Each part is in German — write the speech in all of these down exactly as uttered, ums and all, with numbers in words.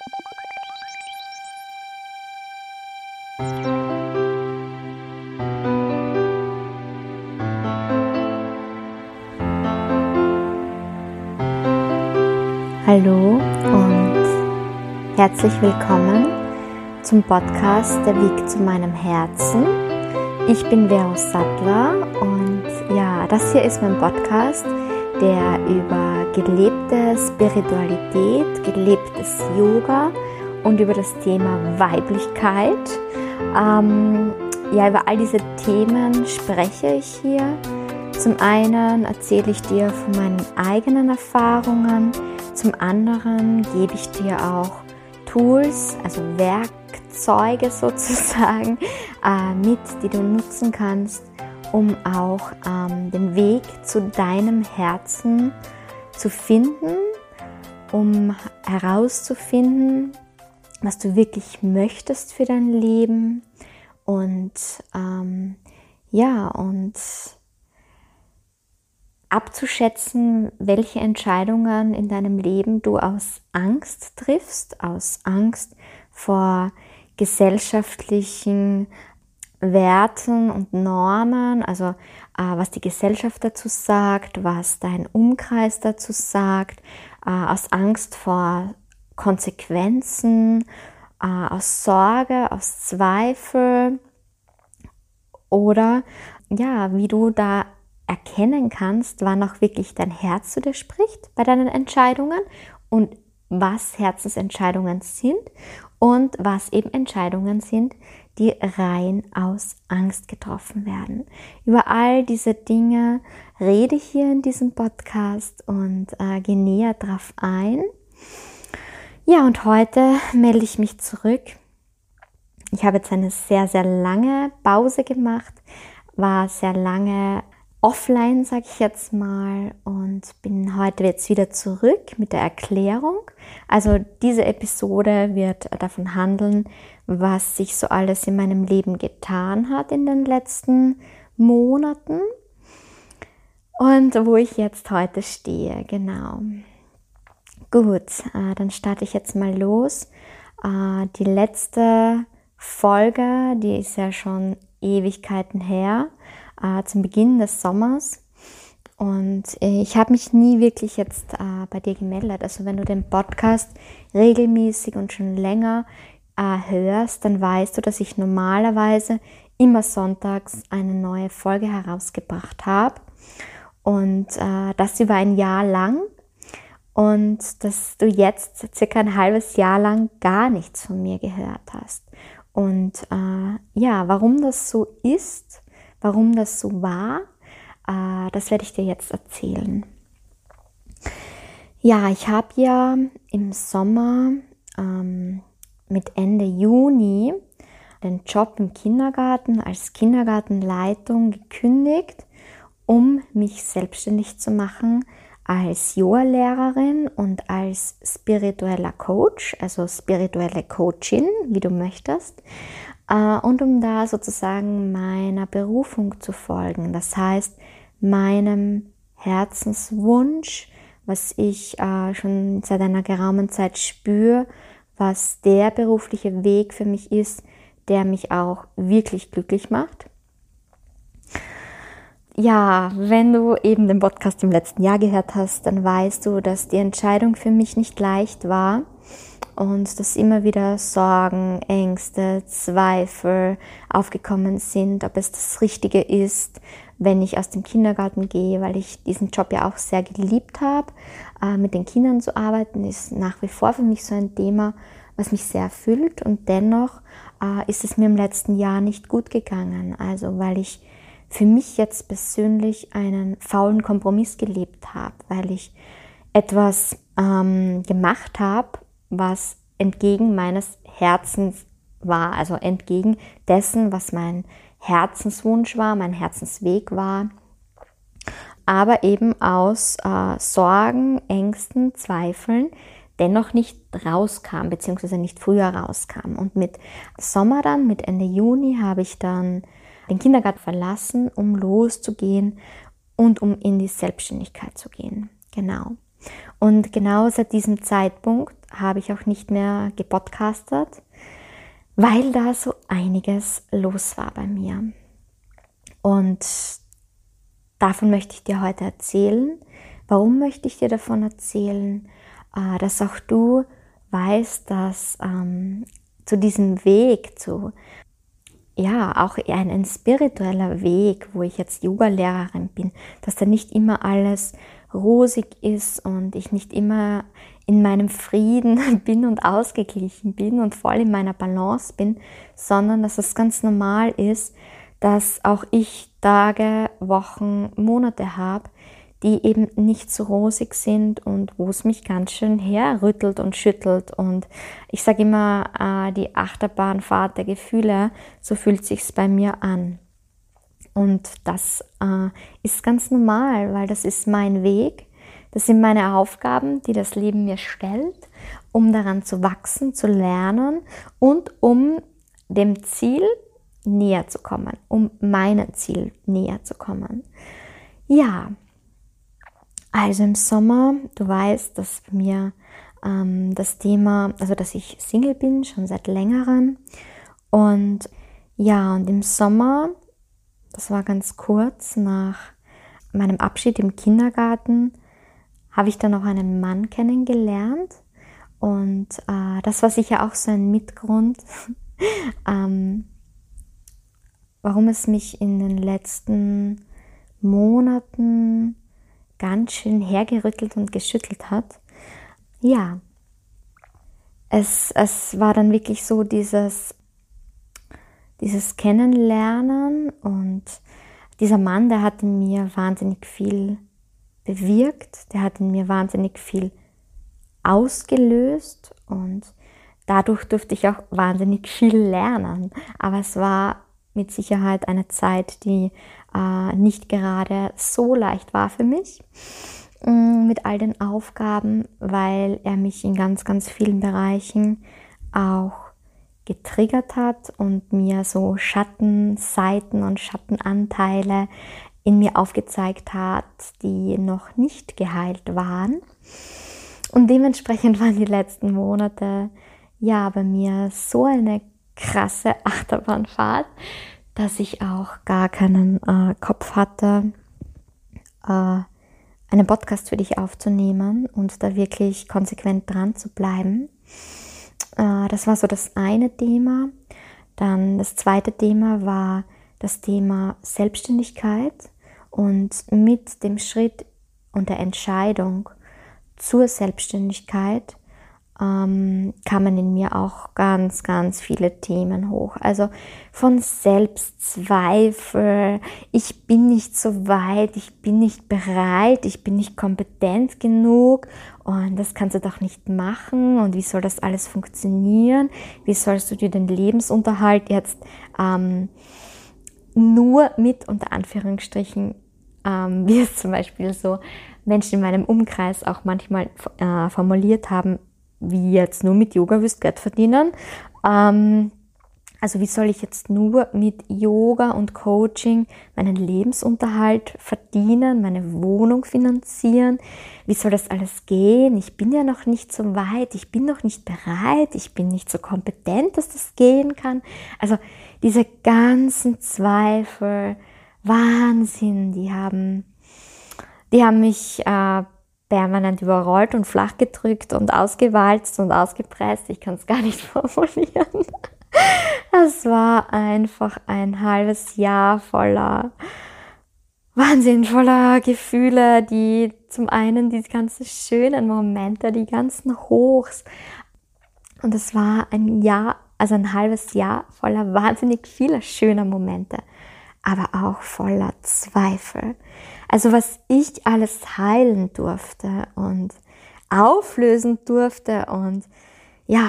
Hallo und herzlich willkommen zum Podcast Der Weg zu meinem Herzen. Ich bin Vero Sattler und ja, das hier ist mein Podcast, der über gelebte Spiritualität, gelebtes Yoga und über das Thema Weiblichkeit, ähm, ja, über all diese Themen spreche ich hier. Zum einen erzähle ich dir von meinen eigenen Erfahrungen, zum anderen gebe ich dir auch Tools, also Werkzeuge sozusagen, äh, mit, die du nutzen kannst, um auch ähm, den Weg zu deinem Herzen zu finden, um herauszufinden, was du wirklich möchtest für dein Leben und ähm, ja, und abzuschätzen, welche Entscheidungen in deinem Leben du aus Angst triffst, aus Angst vor gesellschaftlichen Werten und Normen, also äh, was die Gesellschaft dazu sagt, was dein Umkreis dazu sagt, äh, aus Angst vor Konsequenzen, äh, aus Sorge, aus Zweifel oder ja, wie du da erkennen kannst, wann auch wirklich dein Herz zu dir spricht bei deinen Entscheidungen und was Herzensentscheidungen sind und was eben Entscheidungen sind, die rein aus Angst getroffen werden. Über all diese Dinge rede ich hier in diesem Podcast und äh, gehe näher drauf ein. Ja, und heute melde ich mich zurück. Ich habe jetzt eine sehr, sehr lange Pause gemacht, war sehr lange offline, sage ich jetzt mal, und bin heute jetzt wieder zurück mit der Erklärung. Also diese Episode wird davon handeln, was sich so alles in meinem Leben getan hat in den letzten Monaten und wo ich jetzt heute stehe, genau. Gut, äh, dann starte ich jetzt mal los. Äh, die letzte Folge, die ist ja schon Ewigkeiten her, äh, zum Beginn des Sommers. Und äh, ich habe mich nie wirklich jetzt äh, bei dir gemeldet. Also wenn du den Podcast regelmäßig und schon länger äh, hörst, dann weißt du, dass ich normalerweise immer sonntags eine neue Folge herausgebracht habe. Und äh, das über ein Jahr lang. Und dass du jetzt circa ein halbes Jahr lang gar nichts von mir gehört hast. Und äh, ja, warum das so ist, warum das so war, äh, das werde ich dir jetzt erzählen. Ja, ich habe ja im Sommer ähm, mit Ende Juni den Job im Kindergarten als Kindergartenleitung gekündigt, um mich selbstständig zu machen als Yoga-Lehrerin und als spiritueller Coach, also spirituelle Coachin, wie du möchtest, und um da sozusagen meiner Berufung zu folgen. Das heißt, meinem Herzenswunsch, was ich schon seit einer geraumen Zeit spüre, was der berufliche Weg für mich ist, der mich auch wirklich glücklich macht. Ja, wenn du eben den Podcast im letzten Jahr gehört hast, dann weißt du, dass die Entscheidung für mich nicht leicht war und dass immer wieder Sorgen, Ängste, Zweifel aufgekommen sind, ob es das Richtige ist, wenn ich aus dem Kindergarten gehe, weil ich diesen Job ja auch sehr geliebt habe. Äh, mit den Kindern zu arbeiten ist nach wie vor für mich so ein Thema, was mich sehr erfüllt, und dennoch äh, ist es mir im letzten Jahr nicht gut gegangen, also weil ich für mich jetzt persönlich einen faulen Kompromiss gelebt habe, weil ich etwas ähm, gemacht habe, was entgegen meines Herzens war, also entgegen dessen, was mein Herzenswunsch war, mein Herzensweg war, aber eben aus äh, Sorgen, Ängsten, Zweifeln dennoch nicht rauskam, beziehungsweise nicht früher rauskam. Und mit Sommer dann, mit Ende Juni, habe ich dann den Kindergarten verlassen, um loszugehen und um in die Selbstständigkeit zu gehen. Genau. Und genau seit diesem Zeitpunkt habe ich auch nicht mehr gepodcastet, weil da so einiges los war bei mir. Und davon möchte ich dir heute erzählen. Warum möchte ich dir davon erzählen? Äh, dass auch du weißt, dass ähm, zu diesem Weg, zu ja, auch ein, ein spiritueller Weg, wo ich jetzt Yoga-Lehrerin bin, dass da nicht immer alles rosig ist und ich nicht immer in meinem Frieden bin und ausgeglichen bin und voll in meiner Balance bin, sondern dass es ganz normal ist, dass auch ich Tage, Wochen, Monate habe, die eben nicht so rosig sind und wo es mich ganz schön herrüttelt und schüttelt. Und ich sage immer, äh, die Achterbahnfahrt der Gefühle, so fühlt sich's bei mir an. Und das äh, ist ganz normal, weil das ist mein Weg. Das sind meine Aufgaben, die das Leben mir stellt, um daran zu wachsen, zu lernen und um dem Ziel näher zu kommen, um meinem Ziel näher zu kommen. Ja, also im Sommer, du weißt, dass bei mir ähm, das Thema, also dass ich Single bin, schon seit längerem. Und ja, und im Sommer, das war ganz kurz nach meinem Abschied im Kindergarten, habe ich dann auch einen Mann kennengelernt. Und äh, das war sicher auch so ein Mitgrund, ähm, warum es mich in den letzten Monaten ganz schön hergerüttelt und geschüttelt hat. Ja, es, es war dann wirklich so dieses, dieses Kennenlernen und dieser Mann, der hat in mir wahnsinnig viel bewirkt, der hat in mir wahnsinnig viel ausgelöst und dadurch durfte ich auch wahnsinnig viel lernen. Aber es war mit Sicherheit eine Zeit, die äh, nicht gerade so leicht war für mich, äh, mit all den Aufgaben, weil er mich in ganz, ganz vielen Bereichen auch getriggert hat und mir so Schattenseiten und Schattenanteile in mir aufgezeigt hat, die noch nicht geheilt waren. Und dementsprechend waren die letzten Monate ja bei mir so eine krasse Achterbahnfahrt, dass ich auch gar keinen äh, Kopf hatte, äh, einen Podcast für dich aufzunehmen und da wirklich konsequent dran zu bleiben. Äh, das war so das eine Thema. Dann das zweite Thema war das Thema Selbstständigkeit und mit dem Schritt und der Entscheidung zur Selbstständigkeit ähm, kamen in mir auch ganz, ganz viele Themen hoch. Also von Selbstzweifel, ich bin nicht so weit, ich bin nicht bereit, ich bin nicht kompetent genug und das kannst du doch nicht machen und wie soll das alles funktionieren? Wie sollst du dir den Lebensunterhalt jetzt ähm, nur mit, unter Anführungsstrichen, ähm, wie es zum Beispiel so Menschen in meinem Umkreis auch manchmal äh, formuliert haben, wie jetzt nur mit Yoga wirst Geld verdienen. Ähm, also wie soll ich jetzt nur mit Yoga und Coaching meinen Lebensunterhalt verdienen, meine Wohnung finanzieren? Wie soll das alles gehen? Ich bin ja noch nicht so weit, ich bin noch nicht bereit, ich bin nicht so kompetent, dass das gehen kann. Also diese ganzen Zweifel, Wahnsinn, die haben, die haben mich äh, permanent überrollt und flach gedrückt und ausgewalzt und ausgepresst. Ich kann es gar nicht formulieren. Es war einfach ein halbes Jahr voller Wahnsinn, voller Gefühle, die zum einen die ganzen schönen Momente, die ganzen Hochs. Und es war ein Jahr, also ein halbes Jahr voller wahnsinnig vieler schöner Momente, aber auch voller Zweifel. Also was ich alles heilen durfte und auflösen durfte und ja,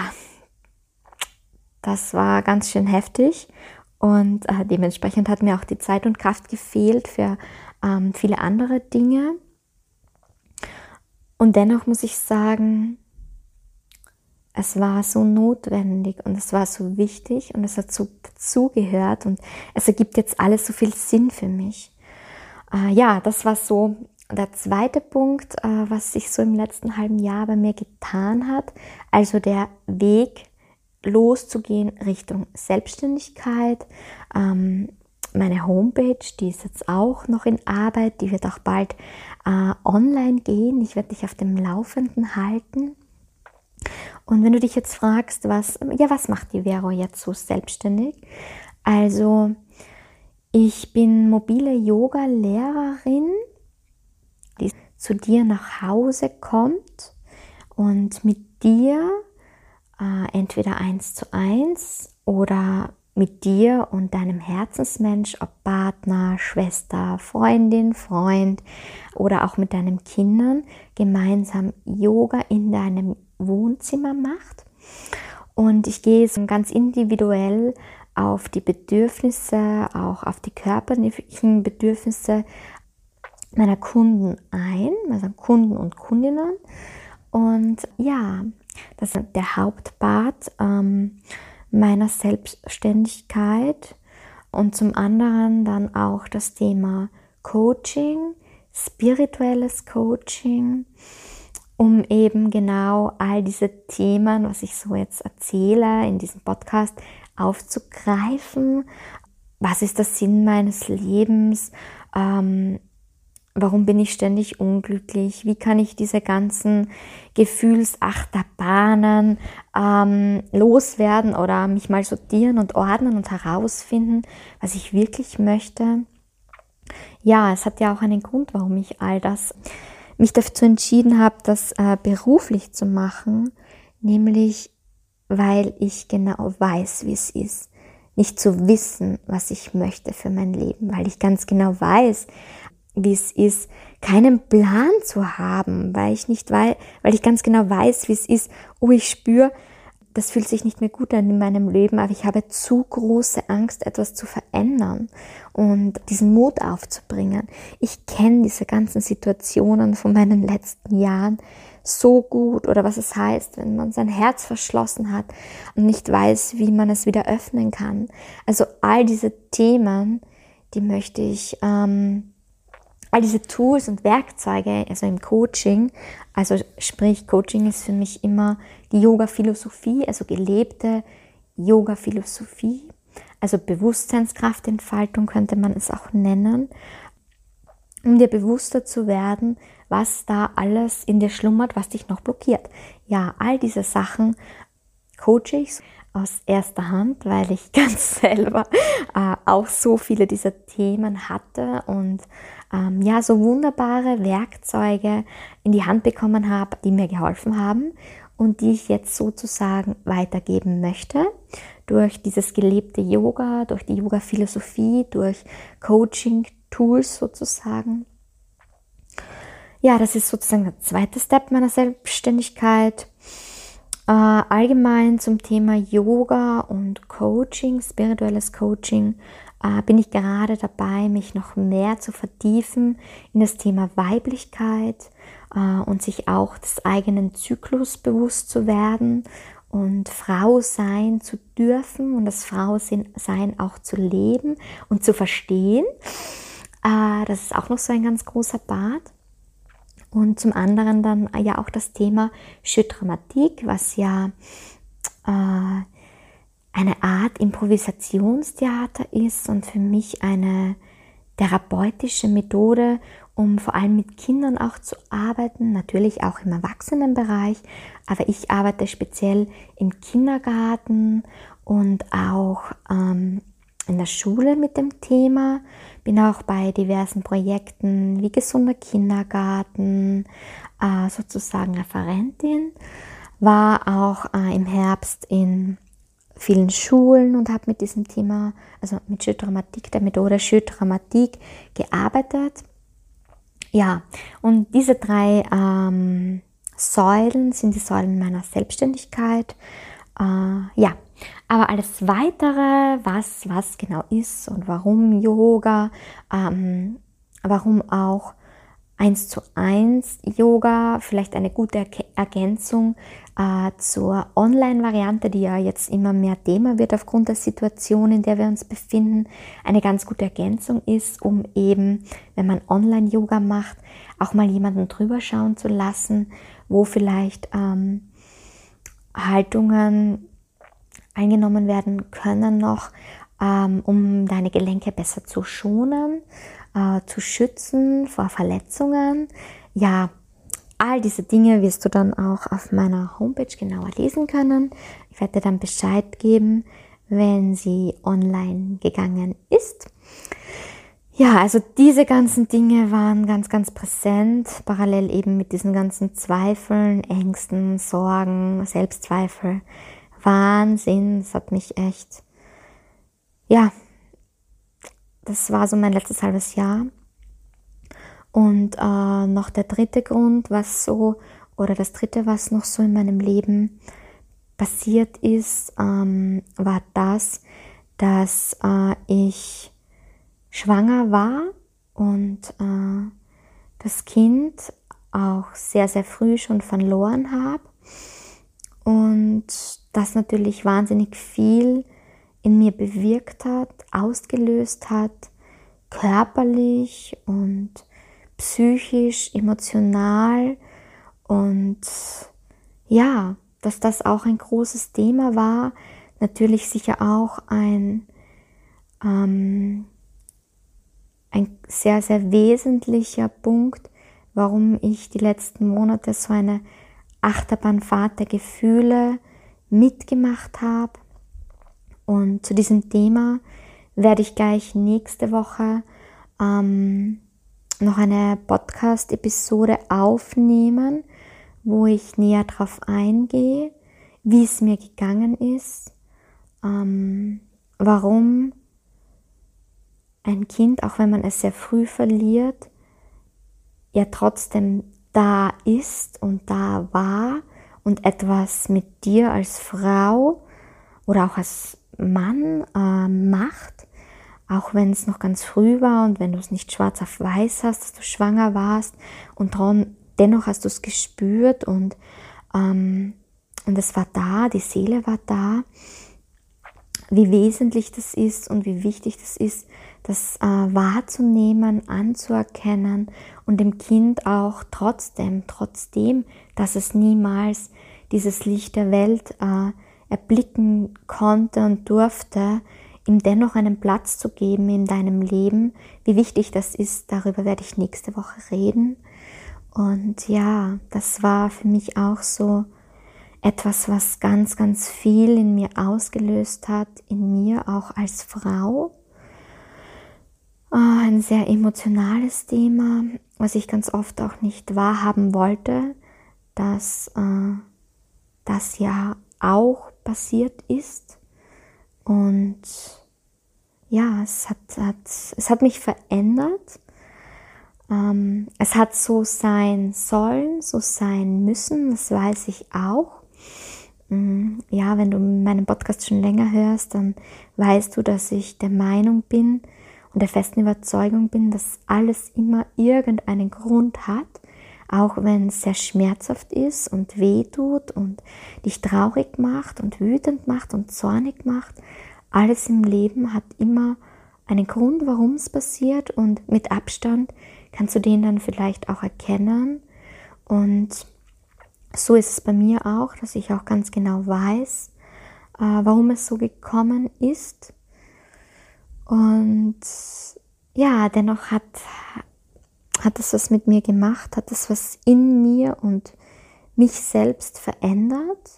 das war ganz schön heftig und äh, dementsprechend hat mir auch die Zeit und Kraft gefehlt für ähm, viele andere Dinge. Und dennoch muss ich sagen, es war so notwendig und es war so wichtig und es hat so dazugehört und es ergibt jetzt alles so viel Sinn für mich. Äh, ja, das war so der zweite Punkt, äh, was sich so im letzten halben Jahr bei mir getan hat, also der Weg loszugehen Richtung Selbstständigkeit. Ähm, meine Homepage, die ist jetzt auch noch in Arbeit, die wird auch bald äh, online gehen. Ich werde dich auf dem Laufenden halten. Und wenn du dich jetzt fragst, was, ja, was macht die Vero jetzt so selbstständig? Also, ich bin mobile Yoga-Lehrerin, die zu dir nach Hause kommt und mit dir äh, entweder eins zu eins oder mit dir und deinem Herzensmensch, ob Partner, Schwester, Freundin, Freund oder auch mit deinen Kindern gemeinsam Yoga in deinem Wohnzimmer macht. Und ich gehe so ganz individuell auf die Bedürfnisse, auch auf die körperlichen Bedürfnisse meiner Kunden ein, also Kunden und Kundinnen. Und ja, das ist der Hauptpart ähm, meiner Selbstständigkeit. Und zum anderen dann auch das Thema Coaching, spirituelles Coaching, um eben genau all diese Themen, was ich so jetzt erzähle in diesem Podcast, aufzugreifen. Was ist der Sinn meines Lebens? Ähm, warum bin ich ständig unglücklich? Wie kann ich diese ganzen Gefühlsachterbahnen ähm, loswerden oder mich mal sortieren und ordnen und herausfinden, was ich wirklich möchte? Ja, es hat ja auch einen Grund, warum ich all das mich dazu entschieden habe, das äh, beruflich zu machen, nämlich weil ich genau weiß, wie es ist, nicht zu wissen, was ich möchte für mein Leben, weil ich ganz genau weiß, wie es ist, keinen Plan zu haben, weil ich nicht weiß, weil ich ganz genau weiß, wie es ist, oh, ich spüre, das fühlt sich nicht mehr gut an in meinem Leben, aber ich habe zu große Angst, etwas zu verändern und diesen Mut aufzubringen. Ich kenne diese ganzen Situationen von meinen letzten Jahren so gut, oder was es heißt, wenn man sein Herz verschlossen hat und nicht weiß, wie man es wieder öffnen kann. Also all diese Themen, die möchte ich, ähm, all diese Tools und Werkzeuge, also im Coaching, also sprich, Coaching ist für mich immer die Yoga-Philosophie, also gelebte Yoga-Philosophie, also Bewusstseinskraftentfaltung könnte man es auch nennen, um dir bewusster zu werden, was da alles in dir schlummert, was dich noch blockiert. Ja, all diese Sachen coache ich aus erster Hand, weil ich ganz selber äh, auch so viele dieser Themen hatte und ähm, ja, so wunderbare Werkzeuge in die Hand bekommen habe, die mir geholfen haben und die ich jetzt sozusagen weitergeben möchte durch dieses gelebte Yoga, durch die Yoga-Philosophie, durch Coaching-Tools sozusagen. Ja, das ist sozusagen der zweite Step meiner Selbstständigkeit. Äh, allgemein zum Thema Yoga und Coaching, spirituelles Coaching, äh, bin ich gerade dabei, mich noch mehr zu vertiefen in das Thema Weiblichkeit äh, und sich auch des eigenen Zyklus bewusst zu werden und Frau sein zu dürfen und das Frausein auch zu leben und zu verstehen. Äh, das ist auch noch so ein ganz großer Part. Und zum anderen dann ja auch das Thema Jeu-Dramatique, was ja äh, eine Art Improvisationstheater ist und für mich eine therapeutische Methode, um vor allem mit Kindern auch zu arbeiten, natürlich auch im Erwachsenenbereich, aber ich arbeite speziell im Kindergarten und auch ähm, in der Schule mit dem Thema, bin auch bei diversen Projekten wie gesunder Kindergarten, äh, sozusagen Referentin, war auch äh, im Herbst in vielen Schulen und habe mit diesem Thema, also mit Jeu-Dramatique, der Methode Jeu-Dramatique gearbeitet. Ja, und diese drei ähm, Säulen sind die Säulen meiner Selbstständigkeit. Äh, ja, aber alles Weitere, was, was genau ist und warum Yoga, ähm, warum auch eins zu eins Yoga, vielleicht eine gute Ergänzung äh, zur Online-Variante, die ja jetzt immer mehr Thema wird aufgrund der Situation, in der wir uns befinden, eine ganz gute Ergänzung ist, um eben, wenn man Online-Yoga macht, auch mal jemanden drüber schauen zu lassen, wo vielleicht ähm, Haltungen eingenommen werden können noch, ähm, um deine Gelenke besser zu schonen, äh, zu schützen vor Verletzungen. Ja, all diese Dinge wirst du dann auch auf meiner Homepage genauer lesen können. Ich werde dir dann Bescheid geben, wenn sie online gegangen ist. Ja, also diese ganzen Dinge waren ganz, ganz präsent, parallel eben mit diesen ganzen Zweifeln, Ängsten, Sorgen, Selbstzweifel. Wahnsinn, das hat mich echt, ja, das war so mein letztes halbes Jahr. Und äh, noch der dritte Grund, was so, oder das dritte, was noch so in meinem Leben passiert ist, ähm, war das, dass äh, ich schwanger war und äh, das Kind auch sehr, sehr früh schon verloren habe und das natürlich wahnsinnig viel in mir bewirkt hat, ausgelöst hat, körperlich und psychisch, emotional und ja, dass das auch ein großes Thema war, natürlich sicher auch ein ähm, ein sehr, sehr wesentlicher Punkt, warum ich die letzten Monate so eine Achterbahnfahrt der Gefühle mitgemacht habe. Und zu diesem Thema werde ich gleich nächste Woche ähm, noch eine Podcast-Episode aufnehmen, wo ich näher darauf eingehe, wie es mir gegangen ist, ähm, warum ein Kind, auch wenn man es sehr früh verliert, ja trotzdem da ist und da war und etwas mit dir als Frau oder auch als Mann äh, macht, auch wenn es noch ganz früh war und wenn du es nicht schwarz auf weiß hast, dass du schwanger warst und dran, dennoch hast du es gespürt und, ähm, und es war da, die Seele war da, wie wesentlich das ist und wie wichtig das ist, das äh, wahrzunehmen, anzuerkennen und dem Kind auch trotzdem, trotzdem, dass es niemals dieses Licht der Welt äh, erblicken konnte und durfte, ihm dennoch einen Platz zu geben in deinem Leben. Wie wichtig das ist, darüber werde ich nächste Woche reden. Und ja, das war für mich auch so etwas, was ganz, ganz viel in mir ausgelöst hat, in mir auch als Frau. Ein sehr emotionales Thema, was ich ganz oft auch nicht wahrhaben wollte, dass äh, das ja auch passiert ist. Und ja, es hat, hat, es hat mich verändert. Ähm, es hat so sein sollen, so sein müssen, das weiß ich auch. Ja, wenn du meinen Podcast schon länger hörst, dann weißt du, dass ich der Meinung bin und der festen Überzeugung bin, dass alles immer irgendeinen Grund hat, auch wenn es sehr schmerzhaft ist und weh tut und dich traurig macht und wütend macht und zornig macht. Alles im Leben hat immer einen Grund, warum es passiert und mit Abstand kannst du den dann vielleicht auch erkennen. Und so ist es bei mir auch, dass ich auch ganz genau weiß, äh, warum es so gekommen ist. Und ja, dennoch hat, hat es was mit mir gemacht, hat es was in mir und mich selbst verändert.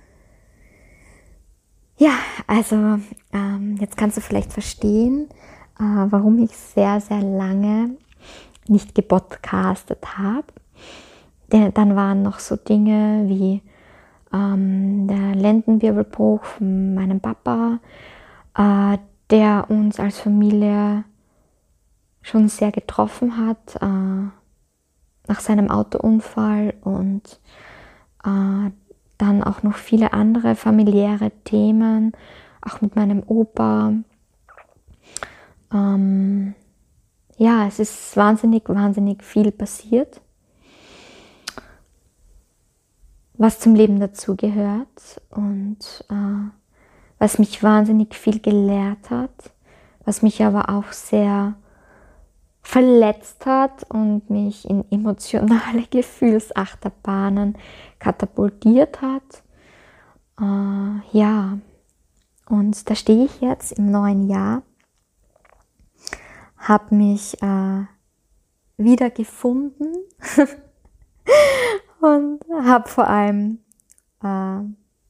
Ja, also ähm, jetzt kannst du vielleicht verstehen, äh, warum ich sehr, sehr lange nicht gepodcastet habe. Denn dann waren noch so Dinge wie ähm, der Lendenwirbelbruch von meinem Papa, äh, der uns als Familie schon sehr getroffen hat äh, nach seinem Autounfall und äh, dann auch noch viele andere familiäre Themen, auch mit meinem Opa. Ähm, ja, es ist wahnsinnig, wahnsinnig viel passiert, was zum Leben dazugehört und äh, was mich wahnsinnig viel gelehrt hat, was mich aber auch sehr verletzt hat und mich in emotionale Gefühlsachterbahnen katapultiert hat. Äh, ja, und da stehe ich jetzt im neuen Jahr, habe mich äh, wieder gefunden und habe vor allem äh,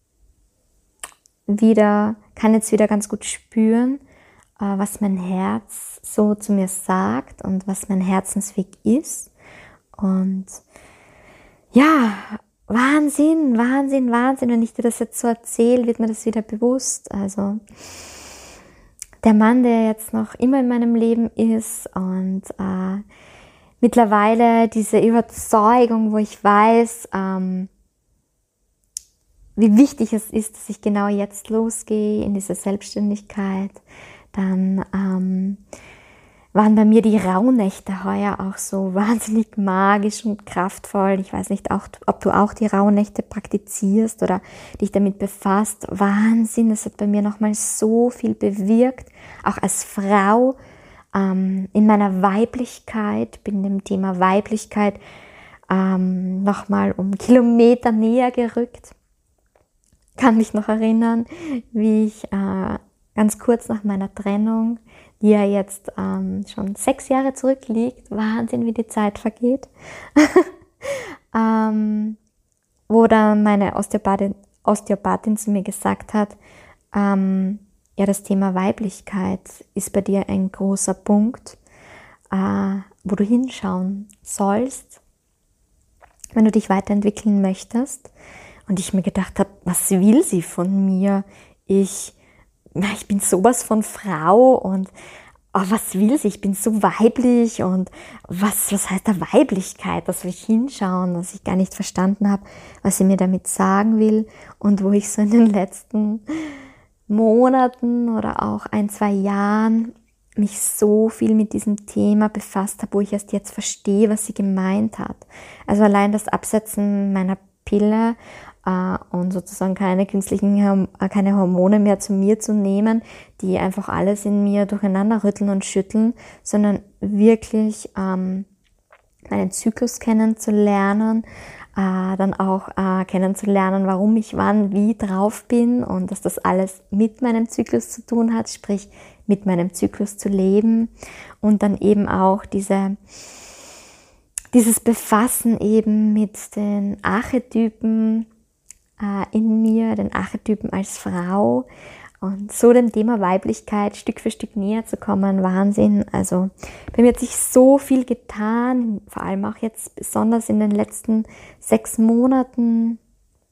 wieder, kann jetzt wieder ganz gut spüren, äh, was mein Herz so zu mir sagt und was mein Herzensweg ist. Und ja, Wahnsinn, Wahnsinn, Wahnsinn. Wenn ich dir das jetzt so erzähle, wird mir das wieder bewusst. Also der Mann, der jetzt noch immer in meinem Leben ist und äh, mittlerweile diese Überzeugung, wo ich weiß, ähm, wie wichtig es ist, dass ich genau jetzt losgehe in diese Selbstständigkeit. Dann ähm, waren bei mir die Rauhnächte heuer auch so wahnsinnig magisch und kraftvoll. Ich weiß nicht, auch, ob du auch die Rauhnächte praktizierst oder dich damit befasst. Wahnsinn, das hat bei mir nochmal so viel bewirkt. Auch als Frau ähm, in meiner Weiblichkeit, bin dem Thema Weiblichkeit ähm, nochmal um Kilometer näher gerückt. Kann mich noch erinnern, wie ich äh, ganz kurz nach meiner Trennung, die ja jetzt ähm, schon sechs Jahre zurückliegt, Wahnsinn, wie die Zeit vergeht, ähm, wo dann meine Osteopathin, Osteopathin zu mir gesagt hat, ähm, ja, das Thema Weiblichkeit ist bei dir ein großer Punkt, äh, wo du hinschauen sollst, wenn du dich weiterentwickeln möchtest. Und ich mir gedacht habe, was will sie von mir? Ich, ich bin sowas von Frau und oh, was will sie? Ich bin so weiblich und was, was heißt da Weiblichkeit? Dass wir hinschauen, dass ich gar nicht verstanden habe, was sie mir damit sagen will und wo ich so in den letzten Monaten oder auch ein, zwei Jahren mich so viel mit diesem Thema befasst habe, wo ich erst jetzt verstehe, was sie gemeint hat. Also allein das Absetzen meiner Pille und sozusagen keine künstlichen, keine Hormone mehr zu mir zu nehmen, die einfach alles in mir durcheinander rütteln und schütteln, sondern wirklich ähm, meinen Zyklus kennenzulernen, äh, dann auch äh, kennenzulernen, warum ich wann wie drauf bin und dass das alles mit meinem Zyklus zu tun hat, sprich mit meinem Zyklus zu leben und dann eben auch diese dieses Befassen eben mit den Archetypen in mir, den Archetypen als Frau und so dem Thema Weiblichkeit Stück für Stück näher zu kommen, Wahnsinn. Also bei mir hat sich so viel getan, vor allem auch jetzt besonders in den letzten sechs Monaten,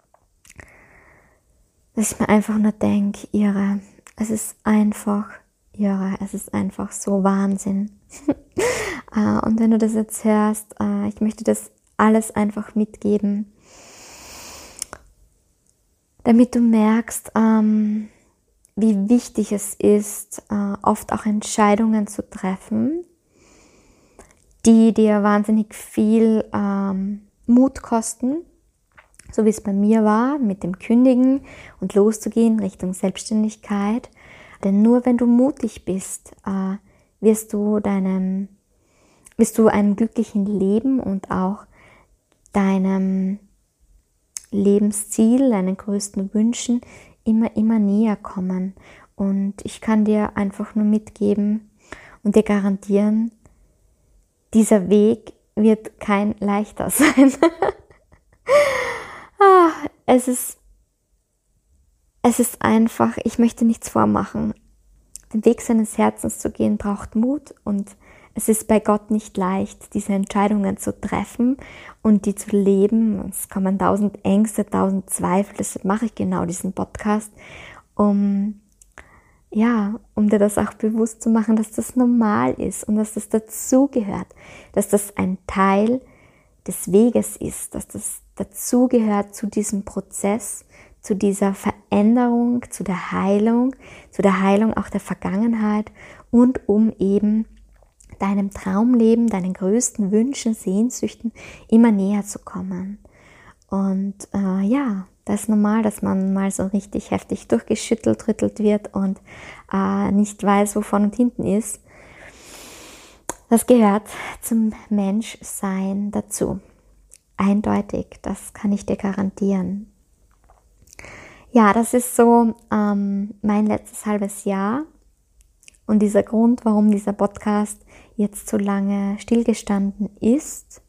dass ich mir einfach nur denke, irre, es ist einfach irre, es ist einfach so Wahnsinn. Und wenn du das jetzt hörst, ich möchte das alles einfach mitgeben, damit du merkst, ähm, wie wichtig es ist, äh, oft auch Entscheidungen zu treffen, die dir wahnsinnig viel ähm, Mut kosten, so wie es bei mir war, mit dem Kündigen und loszugehen Richtung Selbstständigkeit. Denn nur wenn du mutig bist, äh, wirst du deinem, wirst du einem glücklichen Leben und auch deinem Lebensziel, deinen größten Wünschen immer, immer näher kommen. Und ich kann dir einfach nur mitgeben und dir garantieren, dieser Weg wird kein leichter sein. ah, es ist, es ist einfach, ich möchte nichts vormachen. Den Weg seines Herzens zu gehen braucht Mut und es ist bei Gott nicht leicht, diese Entscheidungen zu treffen und die zu leben. Es kommen tausend Ängste, tausend Zweifel. Deshalb mache ich genau diesen Podcast, um, ja, um dir das auch bewusst zu machen, dass das normal ist und dass das dazugehört, dass das ein Teil des Weges ist, dass das dazugehört zu diesem Prozess, zu dieser Veränderung, zu der Heilung, zu der Heilung auch der Vergangenheit und um eben deinem Traumleben, deinen größten Wünschen, Sehnsüchten immer näher zu kommen. Und äh, ja, das ist normal, dass man mal so richtig heftig durchgeschüttelt, rüttelt wird und äh, nicht weiß, wo vorne und hinten ist. Das gehört zum Menschsein dazu. Eindeutig, das kann ich dir garantieren. Ja, das ist so ähm, mein letztes halbes Jahr und dieser Grund, warum dieser Podcast jetzt so lange stillgestanden ist.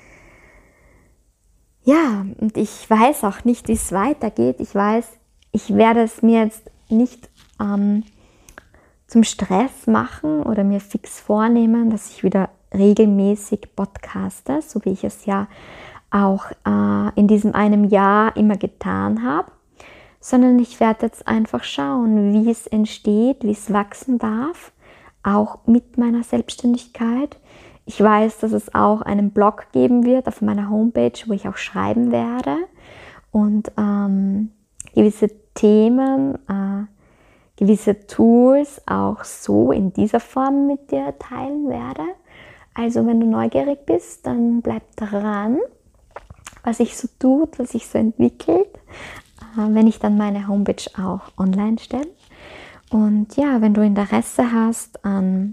Ja, und ich weiß auch nicht, wie es weitergeht. Ich weiß, ich werde es mir jetzt nicht ähm, zum Stress machen oder mir fix vornehmen, dass ich wieder regelmäßig podcaste, so wie ich es ja auch äh, in diesem einem Jahr immer getan habe, sondern ich werde jetzt einfach schauen, wie es entsteht, wie es wachsen darf, auch mit meiner Selbstständigkeit. Ich weiß, dass es auch einen Blog geben wird auf meiner Homepage, wo ich auch schreiben werde und ähm, gewisse Themen, äh, gewisse Tools auch so in dieser Form mit dir teilen werde. Also wenn du neugierig bist, dann bleib dran, was sich so tut, was sich so entwickelt, äh, wenn ich dann meine Homepage auch online stelle. Und ja, wenn du Interesse hast an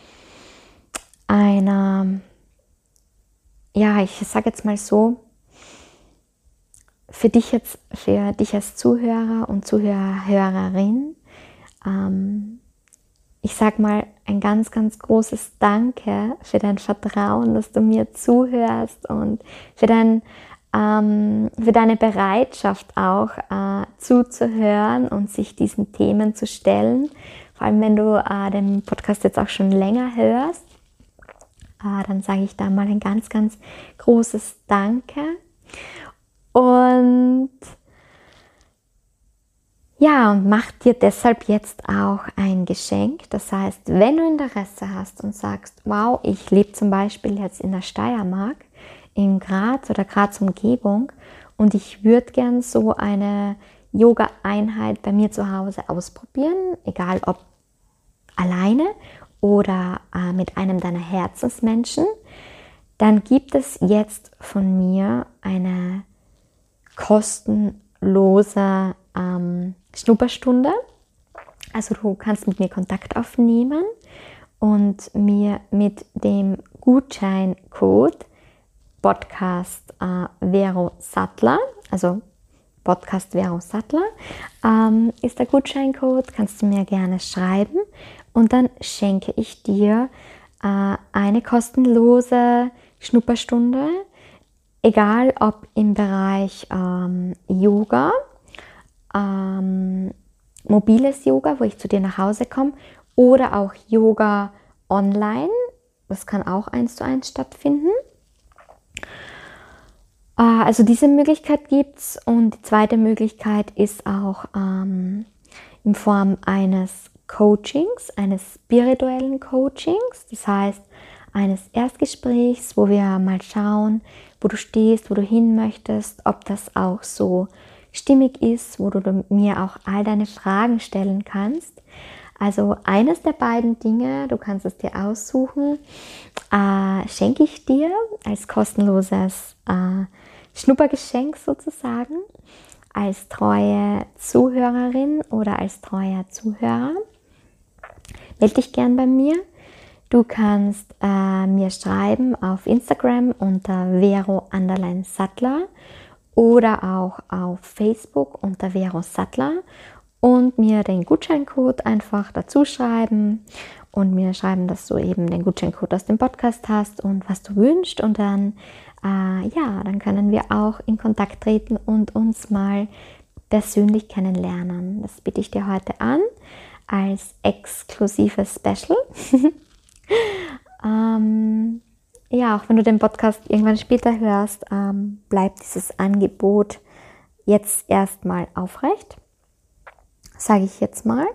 einer, ja, ich sage jetzt mal so, für dich jetzt, für dich als Zuhörer und Zuhörer, Hörerin, ähm, ich sag mal ein ganz, ganz großes Danke für dein Vertrauen, dass du mir zuhörst und für, dein, ähm, für deine Bereitschaft auch äh, zuzuhören und sich diesen Themen zu stellen. Vor allem, wenn du äh, den Podcast jetzt auch schon länger hörst, äh, dann sage ich da mal ein ganz, ganz großes Danke. Und ja, und mach dir deshalb jetzt auch ein Geschenk. Das heißt, wenn du Interesse hast und sagst, wow, ich lebe zum Beispiel jetzt in der Steiermark, in Graz oder Graz Umgebung und ich würde gern so eine Yoga-Einheit bei mir zu Hause ausprobieren, egal ob alleine oder äh, mit einem deiner Herzensmenschen, dann gibt es jetzt von mir eine kostenlose ähm, Schnupperstunde. Also du kannst mit mir Kontakt aufnehmen und mir mit dem Gutscheincode Podcast äh, Vero Sattler, also Podcast Vero Sattler, ähm, ist der Gutscheincode, kannst du mir gerne schreiben und dann schenke ich dir äh, eine kostenlose Schnupperstunde, egal ob im Bereich ähm, Yoga, ähm, mobiles Yoga, wo ich zu dir nach Hause komme, oder auch Yoga online, das kann auch eins zu eins stattfinden. Äh, also diese Möglichkeit gibt es und die zweite Möglichkeit ist auch ähm, in Form eines Coachings, eines spirituellen Coachings, das heißt eines Erstgesprächs, wo wir mal schauen, wo du stehst, wo du hin möchtest, ob das auch so stimmig ist, wo du mir auch all deine Fragen stellen kannst. Also eines der beiden Dinge, du kannst es dir aussuchen, äh, schenke ich dir als kostenloses äh, Schnuppergeschenk sozusagen, als treue Zuhörerin oder als treuer Zuhörer. Melde dich gern bei mir. Du kannst äh, mir schreiben auf Instagram unter Vero Underline Sattler oder auch auf Facebook unter Vero Sattler und mir den Gutscheincode einfach dazu schreiben und mir schreiben, dass du eben den Gutscheincode aus dem Podcast hast und was du wünschst und dann, äh, ja, dann können wir auch in Kontakt treten und uns mal persönlich kennenlernen. Das biete ich dir heute an als exklusives Special. ähm, Ja, auch wenn du den Podcast irgendwann später hörst, ähm, bleibt dieses Angebot jetzt erstmal aufrecht, sage ich jetzt mal.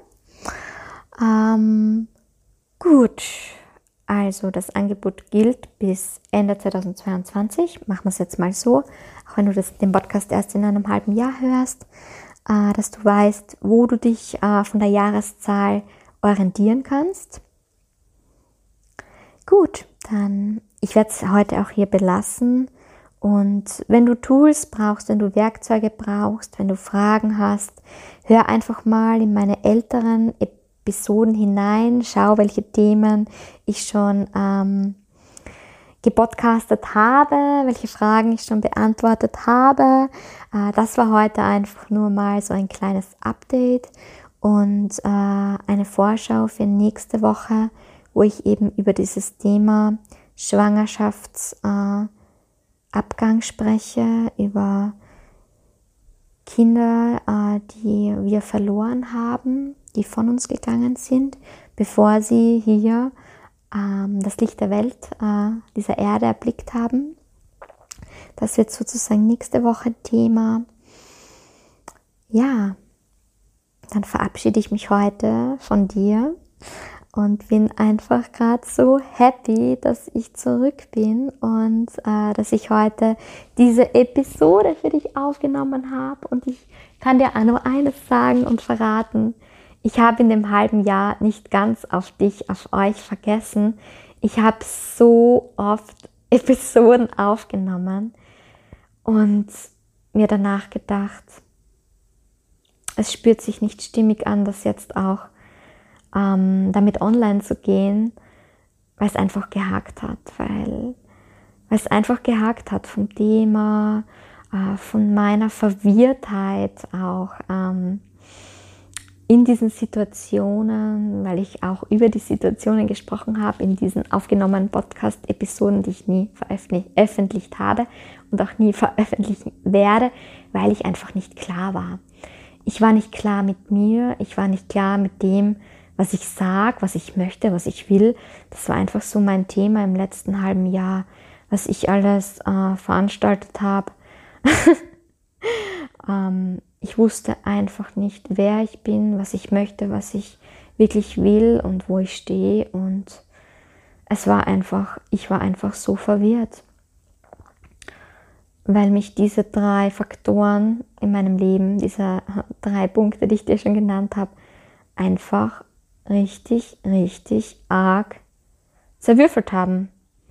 Ähm, gut, also das Angebot gilt bis Ende zweitausendzweiundzwanzig. Machen wir es jetzt mal so, auch wenn du das, den Podcast erst in einem halben Jahr hörst, äh, dass du weißt, wo du dich äh, von der Jahreszahl orientieren kannst. Gut, dann ich werde es heute auch hier belassen. Und wenn du Tools brauchst, wenn du Werkzeuge brauchst, wenn du Fragen hast, hör einfach mal in meine älteren Episoden hinein, schau, welche Themen ich schon ähm, gepodcastet habe, welche Fragen ich schon beantwortet habe. Äh, das war heute einfach nur mal so ein kleines Update und äh, eine Vorschau für nächste Woche, wo ich eben über dieses Thema Schwangerschaftsabgang äh, spreche, über Kinder, äh, die wir verloren haben, die von uns gegangen sind, bevor sie hier ähm, das Licht der Welt, äh, dieser Erde erblickt haben. Das wird sozusagen nächste Woche Thema. Ja, dann verabschiede ich mich heute von dir und bin einfach gerade so happy, dass ich zurück bin und äh, dass ich heute diese Episode für dich aufgenommen habe. Und ich kann dir auch nur eines sagen und verraten: Ich habe in dem halben Jahr nicht ganz auf dich, auf euch vergessen. Ich habe so oft Episoden aufgenommen und mir danach gedacht, es spürt sich nicht stimmig an, das jetzt auch ähm, damit online zu gehen, weil es einfach gehakt hat, weil, weil es einfach gehakt hat vom Thema, äh, von meiner Verwirrtheit auch ähm, in diesen Situationen, weil ich auch über die Situationen gesprochen habe in diesen aufgenommenen Podcast-Episoden, die ich nie veröffentlicht habe und auch nie veröffentlichen werde, weil ich einfach nicht klar war. Ich war nicht klar mit mir, ich war nicht klar mit dem, was ich sage, was ich möchte, was ich will. Das war einfach so mein Thema im letzten halben Jahr, was ich alles äh, veranstaltet habe. ähm, ich wusste einfach nicht, wer ich bin, was ich möchte, was ich wirklich will und wo ich stehe. Und es war einfach, ich war einfach so verwirrt, weil mich diese drei Faktoren in meinem Leben, diese drei Punkte, die ich dir schon genannt habe, einfach richtig, richtig arg zerwürfelt haben.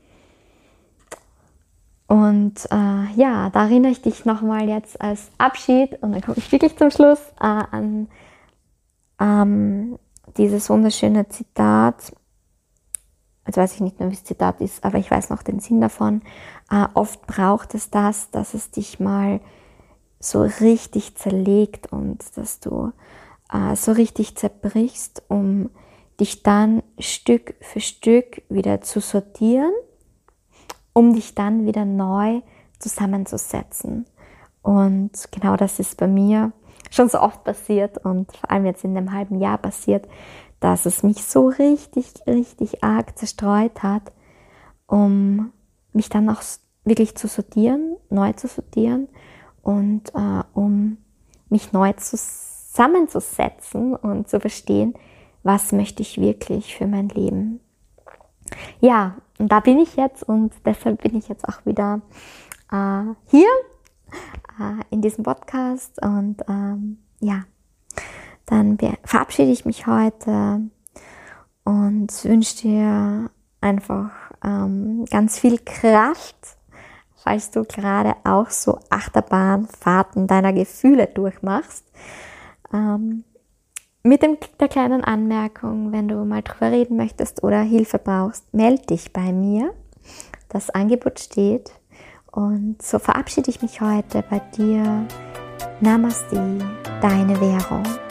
Und äh, ja, da erinnere ich dich nochmal jetzt als Abschied, und dann komme ich wirklich zum Schluss äh, an ähm, dieses wunderschöne Zitat. Jetzt weiß ich nicht mehr, wie das Zitat ist, aber ich weiß noch den Sinn davon. Äh, oft braucht es das, dass es dich mal so richtig zerlegt und dass du äh, so richtig zerbrichst, um dich dann Stück für Stück wieder zu sortieren, um dich dann wieder neu zusammenzusetzen. Und genau das ist bei mir schon so oft passiert und vor allem jetzt in einem halben Jahr passiert, dass es mich so richtig, richtig arg zerstreut hat, um mich dann auch wirklich zu sortieren, neu zu sortieren und äh, um mich neu zusammenzusetzen und zu verstehen, was möchte ich wirklich für mein Leben. Ja, und da bin ich jetzt und deshalb bin ich jetzt auch wieder äh, hier äh, in diesem Podcast und ähm, ja, dann verabschiede ich mich heute und wünsche dir einfach ähm, ganz viel Kraft, falls du gerade auch so Achterbahnfahrten deiner Gefühle durchmachst. Ähm, mit dem, der kleinen Anmerkung, wenn du mal drüber reden möchtest oder Hilfe brauchst, melde dich bei mir. Das Angebot steht. Und so verabschiede ich mich heute bei dir. Namaste, deine Vero.